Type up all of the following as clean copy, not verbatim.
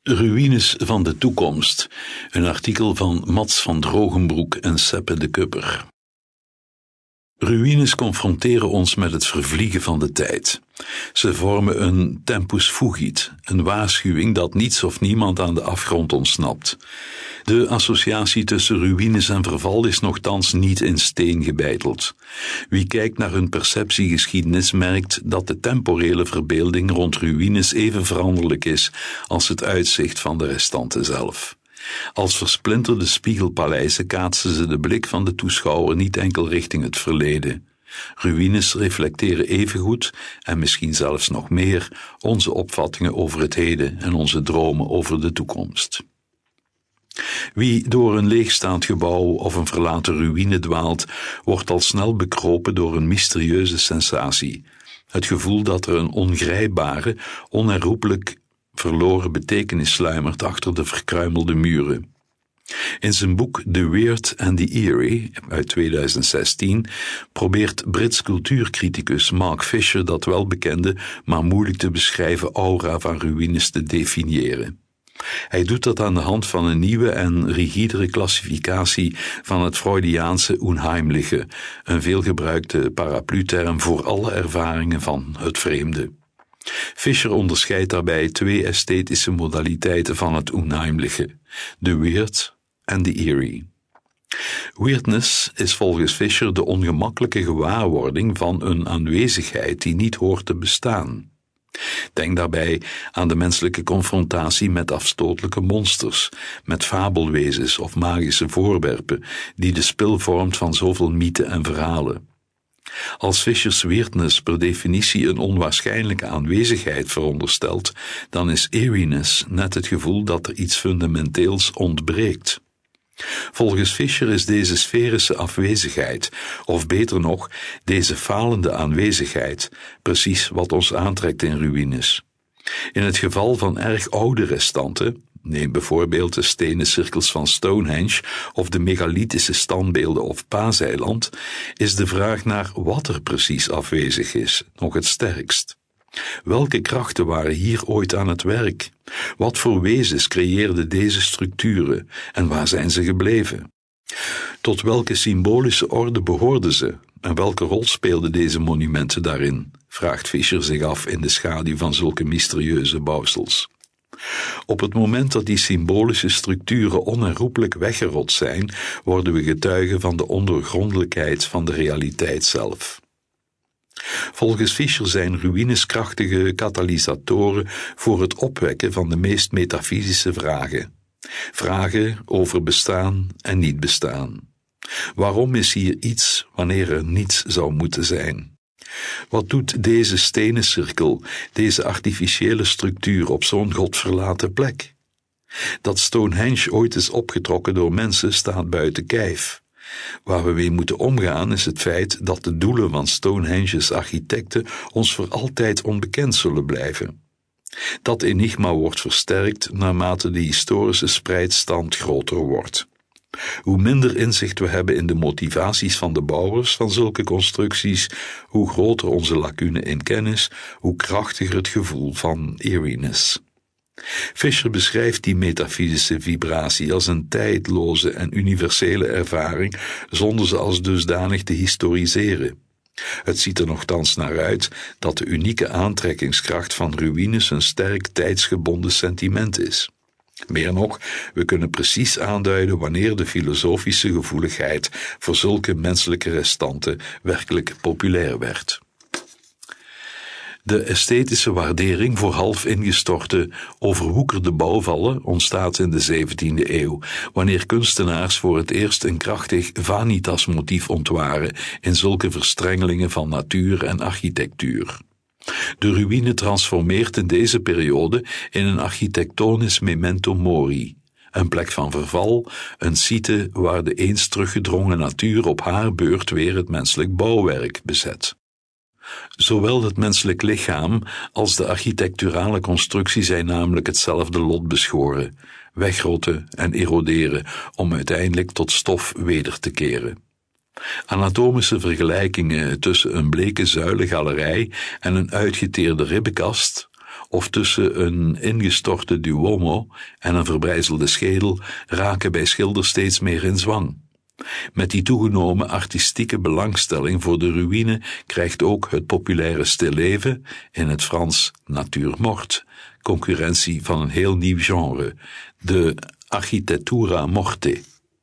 Ruïnes van de toekomst, een artikel van Mats van Drogenbroek en Seppe de Kupper. Ruïnes confronteren ons met het vervliegen van de tijd. Ze vormen een tempus fugit, een waarschuwing dat niets of niemand aan de afgrond ontsnapt. De associatie tussen ruïnes en verval is nochtans niet in steen gebeiteld. Wie kijkt naar hun perceptiegeschiedenis merkt dat de temporele verbeelding rond ruïnes even veranderlijk is als het uitzicht van de restanten zelf. Als versplinterde spiegelpaleizen kaatsen ze de blik van de toeschouwer niet enkel richting het verleden. Ruïnes reflecteren evengoed, en misschien zelfs nog meer, onze opvattingen over het heden en onze dromen over de toekomst. Wie door een leegstaand gebouw of een verlaten ruïne dwaalt, wordt al snel bekropen door een mysterieuze sensatie. Het gevoel dat er een ongrijpbare, onherroepelijk verloren betekenis sluimert achter de verkruimelde muren. In zijn boek The Weird and the Eerie uit 2016 probeert Brits cultuurcriticus Mark Fisher dat welbekende, maar moeilijk te beschrijven aura van ruïnes te definiëren. Hij doet dat aan de hand van een nieuwe en rigidere klassificatie van het Freudiaanse Unheimliche, een veelgebruikte paraplu-term voor alle ervaringen van het vreemde. Fisher onderscheidt daarbij twee esthetische modaliteiten van het Unheimliche, de weird en de eerie. Weirdness is volgens Fisher de ongemakkelijke gewaarwording van een aanwezigheid die niet hoort te bestaan. Denk daarbij aan de menselijke confrontatie met afstotelijke monsters, met fabelwezens of magische voorwerpen, die de spil vormt van zoveel mythen en verhalen. Als Fishers weirdness per definitie een onwaarschijnlijke aanwezigheid veronderstelt, dan is eeriness net het gevoel dat er iets fundamenteels ontbreekt. Volgens Fisher is deze sferische afwezigheid, of beter nog, deze falende aanwezigheid, precies wat ons aantrekt in ruïnes. In het geval van erg oude restanten, neem bijvoorbeeld de stenen cirkels van Stonehenge of de megalithische standbeelden op Paaseiland, is de vraag naar wat er precies afwezig is nog het sterkst. Welke krachten waren hier ooit aan het werk? Wat voor wezens creëerden deze structuren en waar zijn ze gebleven? Tot welke symbolische orde behoorden ze en welke rol speelden deze monumenten daarin? Vraagt Fisher zich af in de schaduw van zulke mysterieuze bouwsels. Op het moment dat die symbolische structuren onherroepelijk weggerot zijn, worden we getuigen van de ondoorgrondelijkheid van de realiteit zelf. Volgens Fisher zijn ruïnes krachtige katalysatoren voor het opwekken van de meest metafysische vragen. Vragen over bestaan en niet bestaan. Waarom is hier iets wanneer er niets zou moeten zijn? Wat doet deze stenen cirkel, deze artificiële structuur op zo'n godverlaten plek? Dat Stonehenge ooit is opgetrokken door mensen staat buiten kijf. Waar we mee moeten omgaan is het feit dat de doelen van Stonehenge's architecten ons voor altijd onbekend zullen blijven. Dat enigma wordt versterkt naarmate de historische spreidstand groter wordt. Hoe minder inzicht we hebben in de motivaties van de bouwers van zulke constructies, hoe groter onze lacune in kennis, hoe krachtiger het gevoel van eeriness. Fisher beschrijft die metafysische vibratie als een tijdloze en universele ervaring, zonder ze als dusdanig te historiseren. Het ziet er nochtans naar uit dat de unieke aantrekkingskracht van ruïnes een sterk tijdsgebonden sentiment is. Meer nog, we kunnen precies aanduiden wanneer de filosofische gevoeligheid voor zulke menselijke restanten werkelijk populair werd. De esthetische waardering voor half ingestorte, overwoekerde bouwvallen ontstaat in de 17e eeuw, wanneer kunstenaars voor het eerst een krachtig vanitas-motief ontwaren in zulke verstrengelingen van natuur en architectuur. De ruïne transformeert in deze periode in een architectonisch memento mori, een plek van verval, een site waar de eens teruggedrongen natuur op haar beurt weer het menselijk bouwwerk bezet. Zowel het menselijk lichaam als de architecturale constructie zijn namelijk hetzelfde lot beschoren, wegrotten en eroderen om uiteindelijk tot stof weder te keren. Anatomische vergelijkingen tussen een bleke zuilengalerij en een uitgeteerde ribbenkast, of tussen een ingestorte Duomo en een verbrijzelde schedel raken bij schilders steeds meer in zwang. Met die toegenomen artistieke belangstelling voor de ruïne krijgt ook het populaire stilleven, in het Frans natuur morte, concurrentie van een heel nieuw genre, de architectura morte.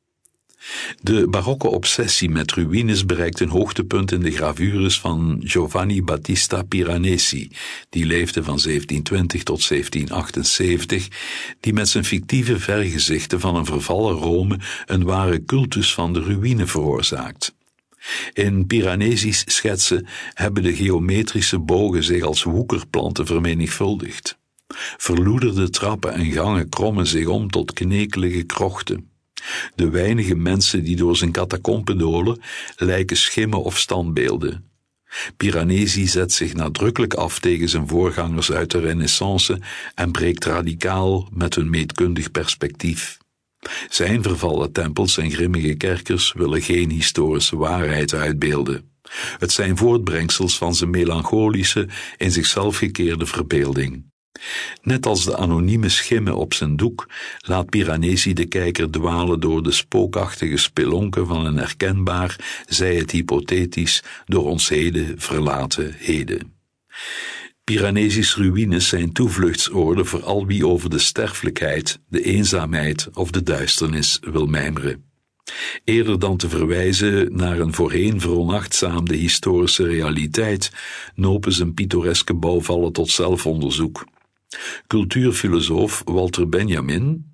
De barokke obsessie met ruïnes bereikt een hoogtepunt in de gravures van Giovanni Battista Piranesi, die leefde van 1720 tot 1778, die met zijn fictieve vergezichten van een vervallen Rome een ware cultus van de ruïne veroorzaakt. In Piranesi's schetsen hebben de geometrische bogen zich als woekerplanten vermenigvuldigd. Verloederde trappen en gangen krommen zich om tot knekelige krochten. De weinige mensen die door zijn catacomben dolen, lijken schimmen of standbeelden. Piranesi zet zich nadrukkelijk af tegen zijn voorgangers uit de Renaissance en breekt radicaal met hun meetkundig perspectief. Zijn vervallen tempels en grimmige kerkers willen geen historische waarheid uitbeelden. Het zijn voortbrengsels van zijn melancholische, in zichzelf gekeerde verbeelding. Net als de anonieme schimmen op zijn doek laat Piranesi de kijker dwalen door de spookachtige spelonken van een herkenbaar, zij het hypothetisch, door ons heden verlaten heden. Piranesi's ruïnes zijn toevluchtsoorden voor al wie over de sterfelijkheid, de eenzaamheid of de duisternis wil mijmeren. Eerder dan te verwijzen naar een voorheen veronachtzaamde historische realiteit, nopen zijn pittoreske bouwvallen tot zelfonderzoek. Cultuurfilosoof Walter Benjamin,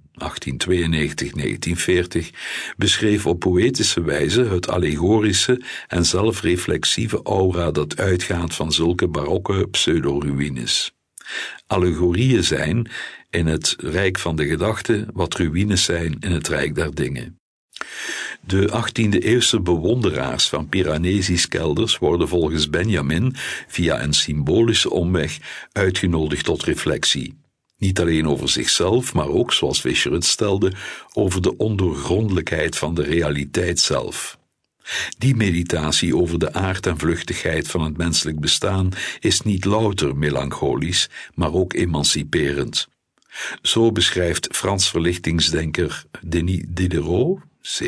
1892-1940, beschreef op poëtische wijze het allegorische en zelfreflexieve aura dat uitgaat van zulke barokke pseudo-ruïnes. Allegorieën zijn in het rijk van de gedachte wat ruïnes zijn in het rijk der dingen. De 18e-eeuwse bewonderaars van Piranesi's kelders worden volgens Benjamin via een symbolische omweg uitgenodigd tot reflectie. Niet alleen over zichzelf, maar ook, zoals Fischer het stelde, over de ondoorgrondelijkheid van de realiteit zelf. Die meditatie over de aard en vluchtigheid van het menselijk bestaan is niet louter melancholisch, maar ook emanciperend. Zo beschrijft Frans verlichtingsdenker Denis Diderot,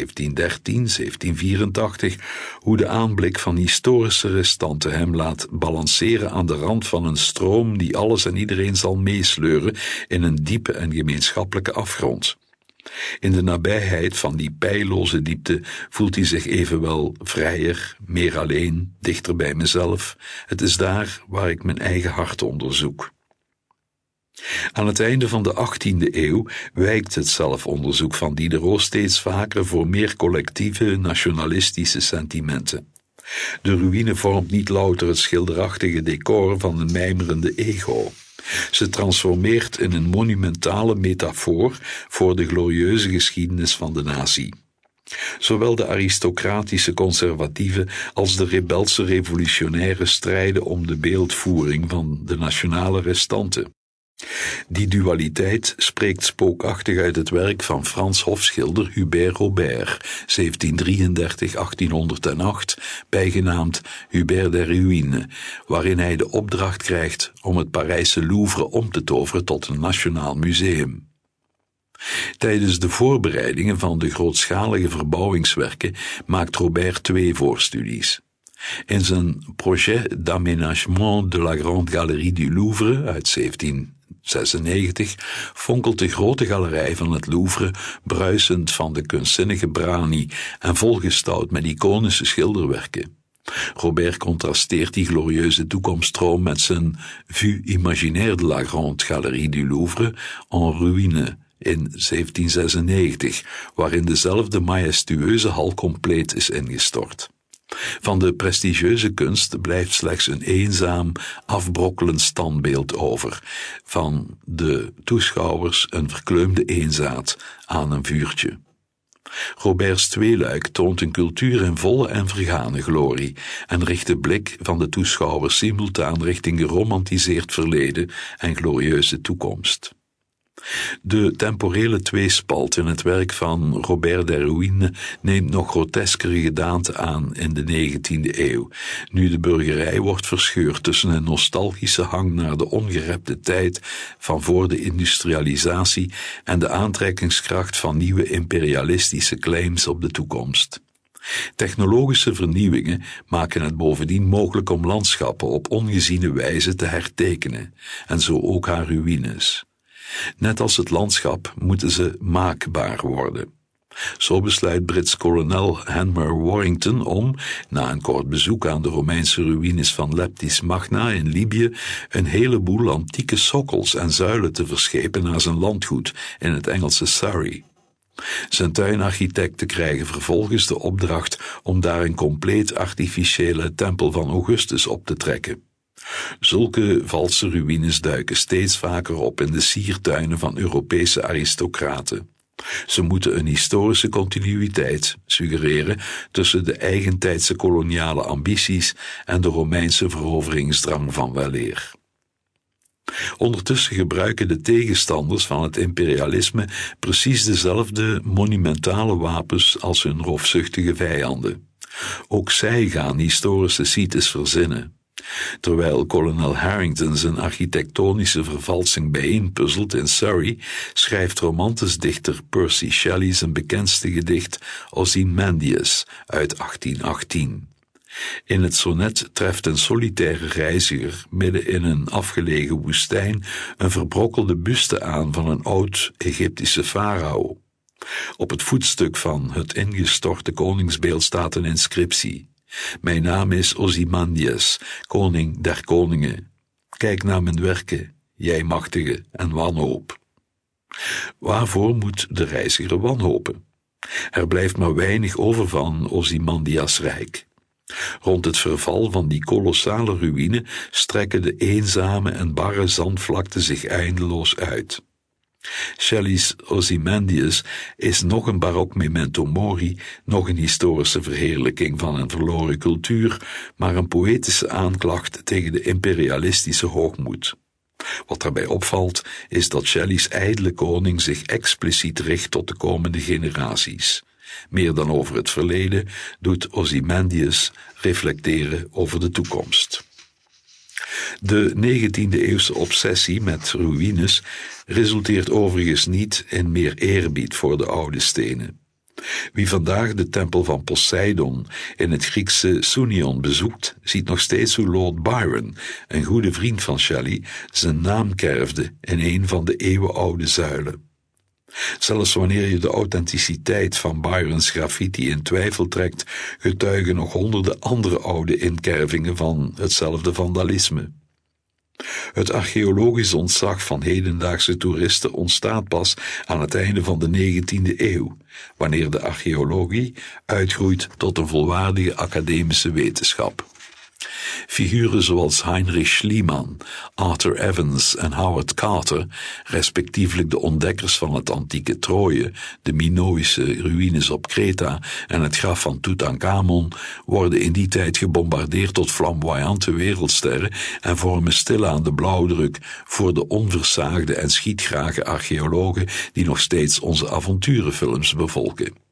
1713-1784, hoe de aanblik van historische restanten hem laat balanceren aan de rand van een stroom die alles en iedereen zal meesleuren in een diepe en gemeenschappelijke afgrond. In de nabijheid van die peilloze diepte voelt hij zich evenwel vrijer, meer alleen, dichter bij mezelf. Het is daar waar ik mijn eigen hart onderzoek. Aan het einde van de 18e eeuw wijkt het zelfonderzoek van Diderot steeds vaker voor meer collectieve, nationalistische sentimenten. De ruïne vormt niet louter het schilderachtige decor van een mijmerende ego. Ze transformeert in een monumentale metafoor voor de glorieuze geschiedenis van de natie. Zowel de aristocratische conservatieven als de rebelse revolutionairen strijden om de beeldvoering van de nationale restanten. Die dualiteit spreekt spookachtig uit het werk van Frans hofschilder Hubert Robert, 1733-1808, bijgenaamd Hubert der Ruïne, waarin hij de opdracht krijgt om het Parijse Louvre om te toveren tot een nationaal museum. Tijdens de voorbereidingen van de grootschalige verbouwingswerken maakt Robert 2 voorstudies. In zijn Projet d'aménagement de la Grande Galerie du Louvre uit 1796 fonkelt de grote galerij van het Louvre bruisend van de kunstzinnige brani en volgestouwd met iconische schilderwerken. Robert contrasteert die glorieuze toekomststroom met zijn Vue imaginaire de la Grande Galerie du Louvre en ruïne in 1796, waarin dezelfde majestueuze hal compleet is ingestort. Van de prestigieuze kunst blijft slechts een eenzaam, afbrokkelend standbeeld over, van de toeschouwers een verkleumde eenzaad aan een vuurtje. Roberts tweeluik toont een cultuur in volle en vergane glorie en richt de blik van de toeschouwers simultaan richting geromantiseerd verleden en glorieuze toekomst. De temporele tweespalt in het werk van Robert Derruine neemt nog groteskere gedaante aan in de 19e eeuw, nu de burgerij wordt verscheurd tussen een nostalgische hang naar de ongerepte tijd van voor de industrialisatie en de aantrekkingskracht van nieuwe imperialistische claims op de toekomst. Technologische vernieuwingen maken het bovendien mogelijk om landschappen op ongeziene wijze te hertekenen, en zo ook haar ruïnes. Net als het landschap moeten ze maakbaar worden. Zo besluit Brits kolonel Hanmer Warrington om, na een kort bezoek aan de Romeinse ruïnes van Leptis Magna in Libië, een heleboel antieke sokkels en zuilen te verschepen naar zijn landgoed in het Engelse Surrey. Zijn tuinarchitecten krijgen vervolgens de opdracht om daar een compleet artificiële tempel van Augustus op te trekken. Zulke valse ruïnes duiken steeds vaker op in de siertuinen van Europese aristocraten. Ze moeten een historische continuïteit suggereren tussen de eigentijdse koloniale ambities en de Romeinse veroveringsdrang van weleer. Ondertussen gebruiken de tegenstanders van het imperialisme precies dezelfde monumentale wapens als hun roofzuchtige vijanden. Ook zij gaan historische sites verzinnen. Terwijl kolonel Harrington zijn architectonische vervalsing bijeenpuzzelt in Surrey, schrijft romantisch dichter Percy Shelley zijn bekendste gedicht Ozymandias uit 1818. In het sonnet treft een solitaire reiziger midden in een afgelegen woestijn een verbrokkelde buste aan van een oud-Egyptische farao. Op het voetstuk van het ingestorte koningsbeeld staat een inscriptie: Mijn naam is Ozymandias, koning der koningen. Kijk naar mijn werken, jij machtige en wanhoop. Waarvoor moet de reiziger wanhopen? Er blijft maar weinig over van Ozymandias rijk. Rond het verval van die kolossale ruïne strekken de eenzame en barre zandvlakten zich eindeloos uit. Shelley's Ozymandias is nog een barok memento mori, nog een historische verheerlijking van een verloren cultuur, maar een poëtische aanklacht tegen de imperialistische hoogmoed. Wat daarbij opvalt, is dat Shelley's ijdele koning zich expliciet richt tot de komende generaties. Meer dan over het verleden doet Ozymandias reflecteren over de toekomst. De 19e-eeuwse obsessie met ruïnes resulteert overigens niet in meer eerbied voor de oude stenen. Wie vandaag de tempel van Poseidon in het Griekse Sunion bezoekt, ziet nog steeds hoe Lord Byron, een goede vriend van Shelley, zijn naam kerfde in een van de eeuwenoude zuilen. Zelfs wanneer je de authenticiteit van Byrons graffiti in twijfel trekt, getuigen nog honderden andere oude inkervingen van hetzelfde vandalisme. Het archeologisch ontzag van hedendaagse toeristen ontstaat pas aan het einde van de 19e eeuw, wanneer de archeologie uitgroeit tot een volwaardige academische wetenschap. Figuren zoals Heinrich Schliemann, Arthur Evans en Howard Carter, respectievelijk de ontdekkers van het antieke Troje, de Minoïsche ruïnes op Kreta en het graf van Tutankhamon, worden in die tijd gebombardeerd tot flamboyante wereldsterren en vormen stilaan de blauwdruk voor de onversaagde en schietgrage archeologen die nog steeds onze avonturenfilms bevolken.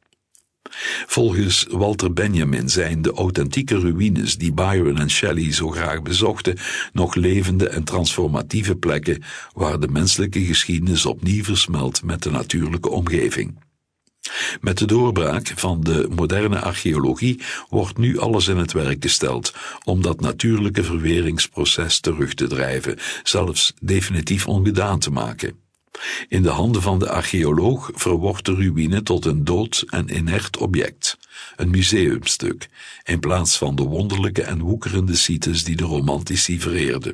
Volgens Walter Benjamin zijn de authentieke ruïnes die Byron en Shelley zo graag bezochten nog levende en transformatieve plekken waar de menselijke geschiedenis opnieuw versmelt met de natuurlijke omgeving. Met de doorbraak van de moderne archeologie wordt nu alles in het werk gesteld om dat natuurlijke verweringsproces terug te drijven, zelfs definitief ongedaan te maken. In de handen van de archeoloog verwordt de ruïne tot een dood en inert object, een museumstuk, in plaats van de wonderlijke en woekerende sites die de romantici vereerden.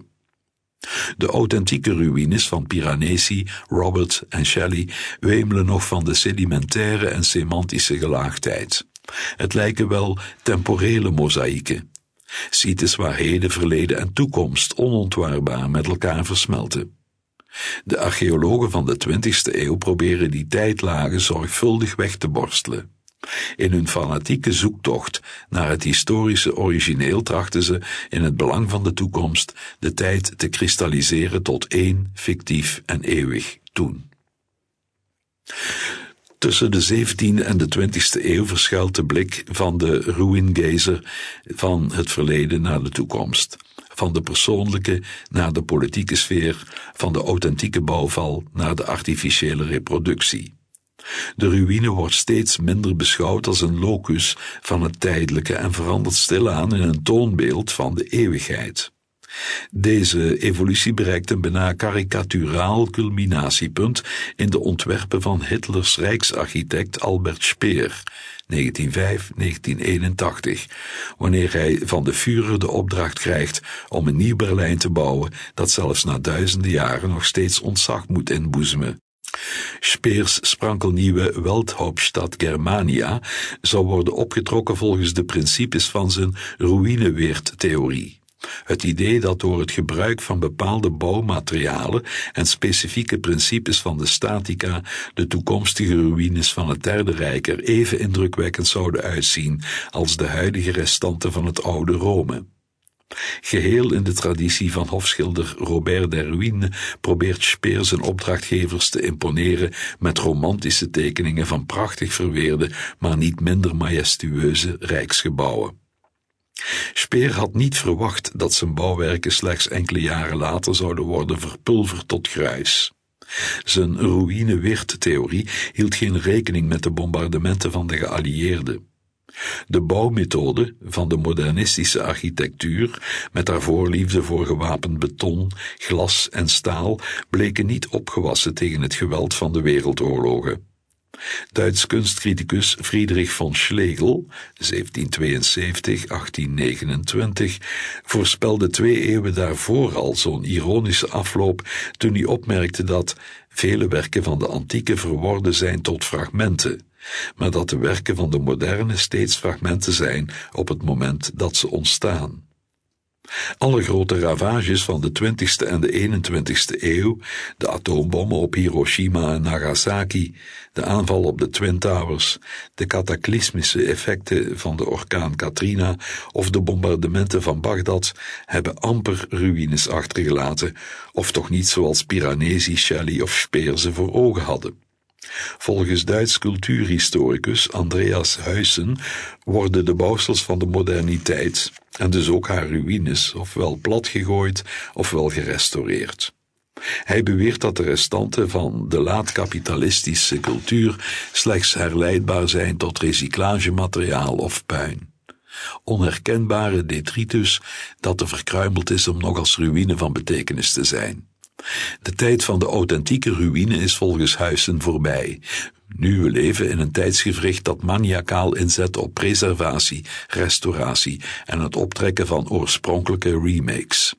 De authentieke ruïnes van Piranesi, Robert en Shelley wemelen nog van de sedimentaire en semantische gelaagdheid. Het lijken wel temporele mozaïeken, sites waar heden, verleden en toekomst onontwaarbaar met elkaar versmelten. De archeologen van de 20e eeuw proberen die tijdlagen zorgvuldig weg te borstelen. In hun fanatieke zoektocht naar het historische origineel trachten ze, in het belang van de toekomst, de tijd te kristalliseren tot één fictief en eeuwig toen. Tussen de 17e en de 20e eeuw verschuilt de blik van de ruïngazer van het verleden naar de toekomst. Van de persoonlijke naar de politieke sfeer, van de authentieke bouwval naar de artificiële reproductie. De ruïne wordt steeds minder beschouwd als een locus van het tijdelijke en verandert stilaan in een toonbeeld van de eeuwigheid. Deze evolutie bereikt een bijna karikaturaal culminatiepunt in de ontwerpen van Hitlers rijksarchitect Albert Speer, 1905-1981, wanneer hij van de Führer de opdracht krijgt om een nieuw Berlijn te bouwen dat zelfs na duizenden jaren nog steeds ontzag moet inboezemen. Speers sprankelnieuwe Welthauptstadt Germania zou worden opgetrokken volgens de principes van zijn ruïneweerttheorie. Het idee dat door het gebruik van bepaalde bouwmaterialen en specifieke principes van de statica de toekomstige ruïnes van het Derde Rijk er even indrukwekkend zouden uitzien als de huidige restanten van het oude Rome. Geheel in de traditie van hofschilder Robert Derwin probeert Speer zijn opdrachtgevers te imponeren met romantische tekeningen van prachtig verweerde, maar niet minder majestueuze rijksgebouwen. Speer had niet verwacht dat zijn bouwwerken slechts enkele jaren later zouden worden verpulverd tot gruis. Zijn ruïneweerttheorie hield geen rekening met de bombardementen van de geallieerden. De bouwmethode van de modernistische architectuur, met haar voorliefde voor gewapend beton, glas en staal, bleken niet opgewassen tegen het geweld van de wereldoorlogen. Duits kunstcriticus Friedrich von Schlegel, 1772-1829, voorspelde 2 eeuwen daarvoor al zo'n ironische afloop toen hij opmerkte dat vele werken van de antieke verworden zijn tot fragmenten, maar dat de werken van de moderne steeds fragmenten zijn op het moment dat ze ontstaan. Alle grote ravages van de 20e en de 21e eeuw, de atoombommen op Hiroshima en Nagasaki, de aanval op de Twin Towers, de cataclysmische effecten van de orkaan Katrina of de bombardementen van Bagdad, hebben amper ruïnes achtergelaten, of toch niet zoals Piranesi, Shelley of Speer ze voor ogen hadden. Volgens Duits cultuurhistoricus Andreas Huyssen worden de bouwsels van de moderniteit, en dus ook haar ruïnes, ofwel platgegooid ofwel gerestaureerd. Hij beweert dat de restanten van de laat-kapitalistische cultuur slechts herleidbaar zijn tot recyclagemateriaal of puin. Onherkenbare detritus dat te verkruimeld is om nog als ruïne van betekenis te zijn. De tijd van de authentieke ruïne is volgens Huyssen voorbij. Nu we leven in een tijdsgewricht dat maniacaal inzet op preservatie, restauratie en het optrekken van oorspronkelijke remakes.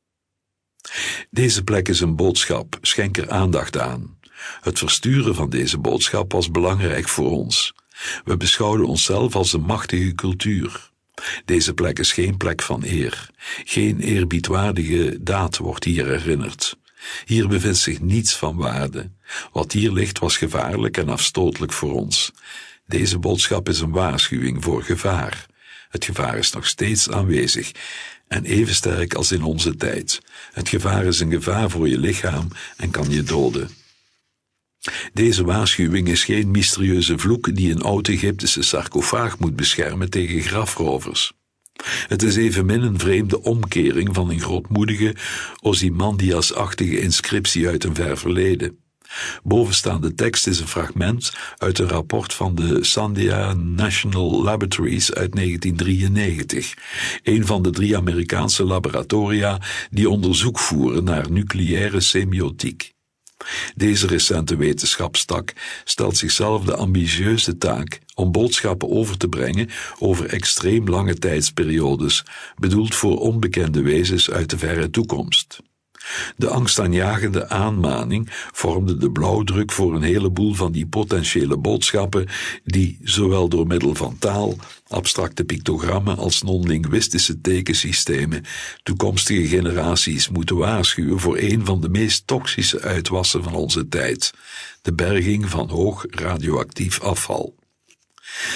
Deze plek is een boodschap, schenk er aandacht aan. Het versturen van deze boodschap was belangrijk voor ons. We beschouwden onszelf als een machtige cultuur. Deze plek is geen plek van eer. Geen eerbiedwaardige daad wordt hier herinnerd. Hier bevindt zich niets van waarde. Wat hier ligt was gevaarlijk en afstotelijk voor ons. Deze boodschap is een waarschuwing voor gevaar. Het gevaar is nog steeds aanwezig en even sterk als in onze tijd. Het gevaar is een gevaar voor je lichaam en kan je doden. Deze waarschuwing is geen mysterieuze vloek die een oud-Egyptische sarcofaag moet beschermen tegen grafrovers. Het is evenmin een vreemde omkering van een grootmoedige, Ozymandias-achtige inscriptie uit een ver verleden. Bovenstaande tekst is een fragment uit een rapport van de Sandia National Laboratories uit 1993, een van de 3 Amerikaanse laboratoria die onderzoek voeren naar nucleaire semiotiek. Deze recente wetenschapstak stelt zichzelf de ambitieuze taak om boodschappen over te brengen over extreem lange tijdsperiodes, bedoeld voor onbekende wezens uit de verre toekomst. De angstaanjagende aanmaning vormde de blauwdruk voor een heleboel van die potentiële boodschappen die, zowel door middel van taal, abstracte pictogrammen als non-linguïstische tekensystemen, toekomstige generaties moeten waarschuwen voor een van de meest toxische uitwassen van onze tijd, de berging van hoog radioactief afval.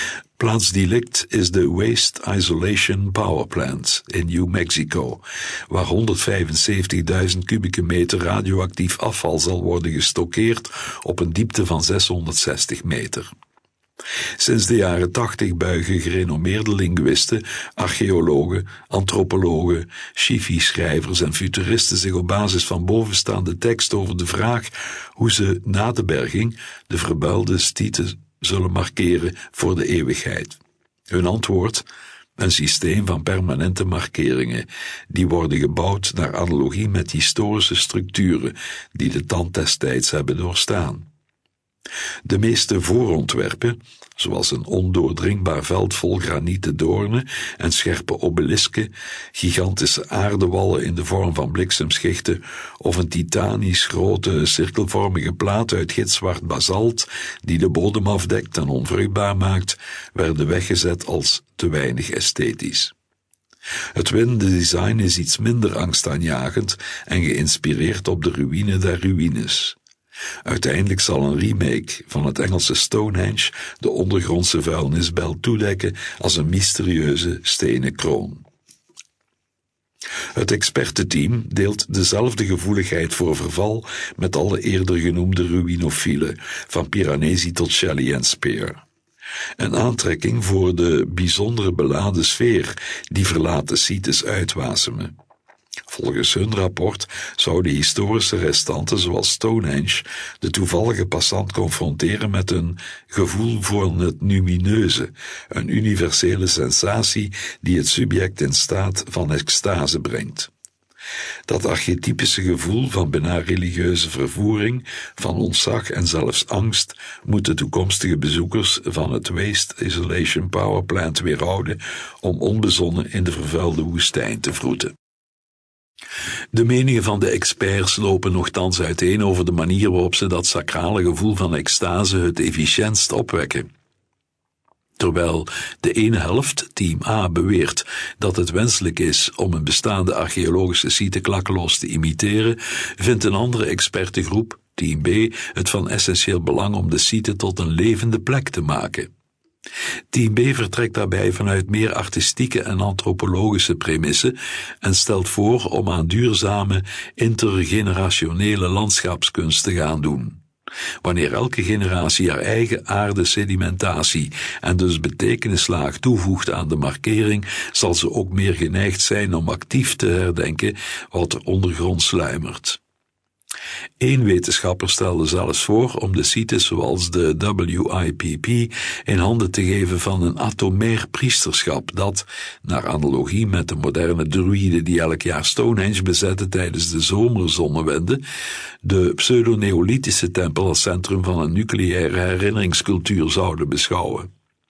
Plaatsdelict is de Waste Isolation Power Plant in New Mexico, waar 175.000 kubieke meter radioactief afval zal worden gestockeerd op een diepte van 660 meter. Sinds de jaren 80 buigen gerenommeerde linguïsten, archeologen, antropologen, sci-fi-schrijvers en futuristen zich op basis van bovenstaande tekst over de vraag hoe ze na de berging de verbuilde site zullen markeren voor de eeuwigheid. Hun antwoord: een systeem van permanente markeringen, die worden gebouwd naar analogie met historische structuren die de tand des tijds hebben doorstaan. De meeste voorontwerpen, zoals een ondoordringbaar veld vol granieten doornen en scherpe obelisken, gigantische aardewallen in de vorm van bliksemschichten of een titanisch grote cirkelvormige plaat uit gitzwart basalt die de bodem afdekt en onvruchtbaar maakt, werden weggezet als te weinig esthetisch. Het winnende design is iets minder angstaanjagend en geïnspireerd op de ruïne der ruïnes. Uiteindelijk zal een remake van het Engelse Stonehenge de ondergrondse vuilnisbelt toedekken als een mysterieuze stenen kroon. Het expertenteam deelt dezelfde gevoeligheid voor verval met alle eerder genoemde ruïnofielen, van Piranesi tot Shelley en Speer. Een aantrekking voor de bijzondere beladen sfeer die verlaten sites uitwasemen. Volgens hun rapport zouden historische restanten zoals Stonehenge de toevallige passant confronteren met een gevoel voor het numineuze, een universele sensatie die het subject in staat van extase brengt. Dat archetypische gevoel van bijna religieuze vervoering, van ontzag en zelfs angst moeten toekomstige bezoekers van het Waste Isolation Power Plant weerhouden om onbezonnen in de vervuilde woestijn te vroeten. De meningen van de experts lopen nochtans uiteen over de manier waarop ze dat sacrale gevoel van extase het efficiëntst opwekken. Terwijl de ene helft, team A, beweert dat het wenselijk is om een bestaande archeologische site klakkeloos te imiteren, vindt een andere expertengroep, team B, het van essentieel belang om de site tot een levende plek te maken. Team B vertrekt daarbij vanuit meer artistieke en antropologische premissen en stelt voor om aan duurzame, intergenerationele landschapskunst te gaan doen. Wanneer elke generatie haar eigen aardesedimentatie en dus betekenislaag toevoegt aan de markering, zal ze ook meer geneigd zijn om actief te herdenken wat er ondergrond sluimert. Eén wetenschapper stelde zelfs voor om de sites zoals de WIPP in handen te geven van een atomair priesterschap dat, naar analogie met de moderne druïden die elk jaar Stonehenge bezetten tijdens de zomerzonnewende, de pseudo-neolithische tempel als centrum van een nucleaire herinneringscultuur zouden beschouwen.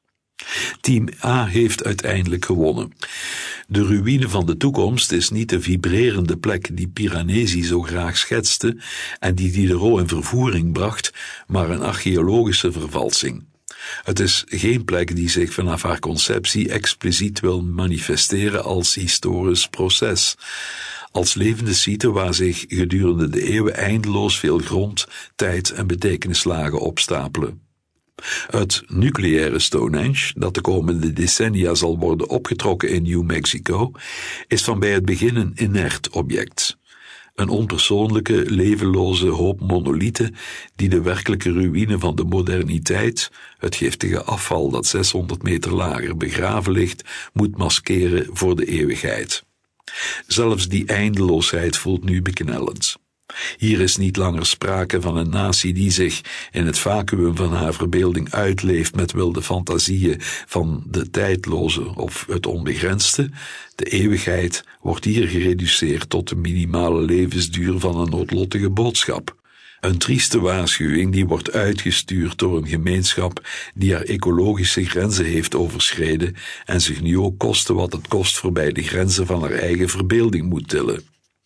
Team A heeft uiteindelijk gewonnen. De ruïne van de toekomst is niet de vibrerende plek die Piranesi zo graag schetste en die Diderot in vervoering bracht, maar een archeologische vervalsing. Het is geen plek die zich vanaf haar conceptie expliciet wil manifesteren als historisch proces, als levende site waar zich gedurende de eeuwen eindeloos veel grond, tijd en betekenislagen opstapelen. Het nucleaire Stonehenge, dat de komende decennia zal worden opgetrokken in New Mexico, is van bij het begin een inert object. Een onpersoonlijke, levenloze hoop monolieten die de werkelijke ruïne van de moderniteit, het giftige afval dat 600 meter lager begraven ligt, moet maskeren voor de eeuwigheid. Zelfs die eindeloosheid voelt nu beknellend. Hier is niet langer sprake van een natie die zich in het vacuüm van haar verbeelding uitleeft met wilde fantasieën van de tijdloze of het onbegrensde. De eeuwigheid wordt hier gereduceerd tot de minimale levensduur van een noodlottige boodschap. Een trieste waarschuwing die wordt uitgestuurd door een gemeenschap die haar ecologische grenzen heeft overschreden en zich nu ook koste wat het kost voorbij de grenzen van haar eigen verbeelding moet tillen.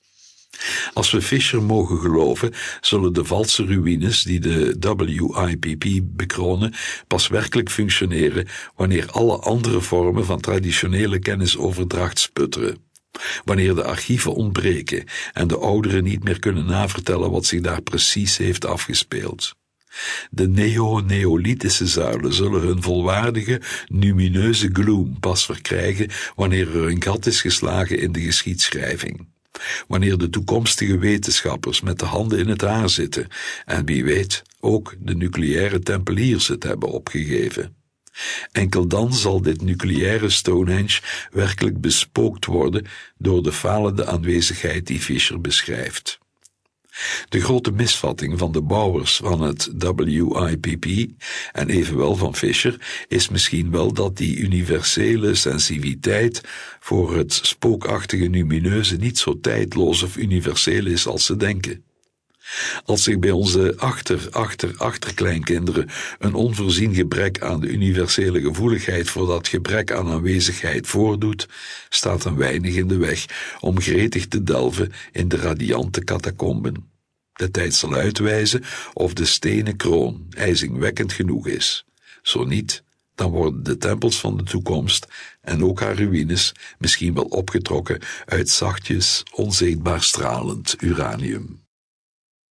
Als we Fisher mogen geloven, zullen de valse ruïnes die de WIPP bekronen pas werkelijk functioneren wanneer alle andere vormen van traditionele kennisoverdracht sputteren. Wanneer de archieven ontbreken en de ouderen niet meer kunnen navertellen wat zich daar precies heeft afgespeeld. De neo-neolithische zuilen zullen hun volwaardige, numineuze gloom pas verkrijgen wanneer er een gat is geslagen in de geschiedschrijving. Wanneer de toekomstige wetenschappers met de handen in het haar zitten en wie weet ook de nucleaire tempeliers het hebben opgegeven. Enkel dan zal dit nucleaire Stonehenge werkelijk bespookt worden door de falende aanwezigheid die Fisher beschrijft. De grote misvatting van de bouwers van het WIPP en evenwel van Fisher is misschien wel dat die universele sensitiviteit voor het spookachtige numineuze niet zo tijdloos of universeel is als ze denken. Als zich bij onze achterkleinkinderen een onvoorzien gebrek aan de universele gevoeligheid voor dat gebrek aan aanwezigheid voordoet, staat er weinig in de weg om gretig te delven in de radiante catacomben. De tijd zal uitwijzen of de stenen kroon ijzingwekkend genoeg is. Zo niet, dan worden de tempels van de toekomst en ook haar ruïnes misschien wel opgetrokken uit zachtjes, onzichtbaar stralend uranium.